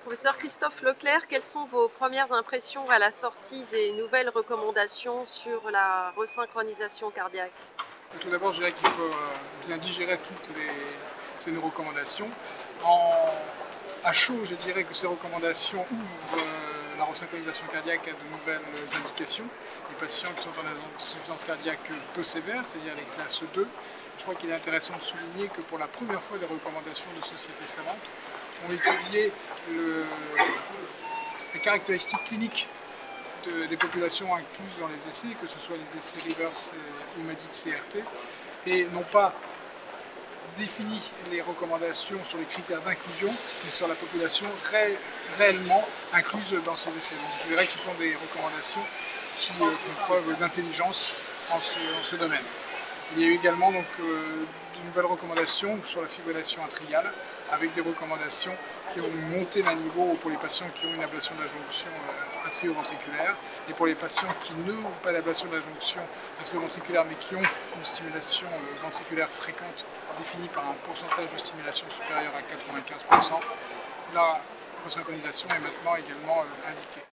Professeur Christophe Leclerc, quelles sont vos premières impressions à la sortie des nouvelles recommandations sur la resynchronisation cardiaque? Tout d'abord, je dirais qu'il faut bien digérer ces recommandations. À chaud, je dirais que ces recommandations ouvrent la resynchronisation cardiaque à de nouvelles indications. Les patients qui sont en insuffisance cardiaque peu sévère, c'est-à-dire les classes 2. Je crois qu'il est intéressant de souligner que pour la première fois, des recommandations de sociétés savantes ont étudié les caractéristiques cliniques des populations incluses dans les essais, que ce soit les essais Rivers ou MEDIT-CRT, et n'ont pas défini les recommandations sur les critères d'inclusion, mais sur la population réellement incluse dans ces essais. Donc je dirais que ce sont des recommandations qui font preuve d'intelligence en ce domaine. Il y a eu également de nouvelles recommandations sur la fibrillation atriale, avec des recommandations qui ont monté d'un niveau pour les patients qui ont une ablation de la jonction atrioventriculaire et pour les patients qui n'ont pas d'ablation de la jonction atrioventriculaire mais qui ont une stimulation ventriculaire fréquente définie par un pourcentage de stimulation supérieur à 95%, la resynchronisation est maintenant également indiquée.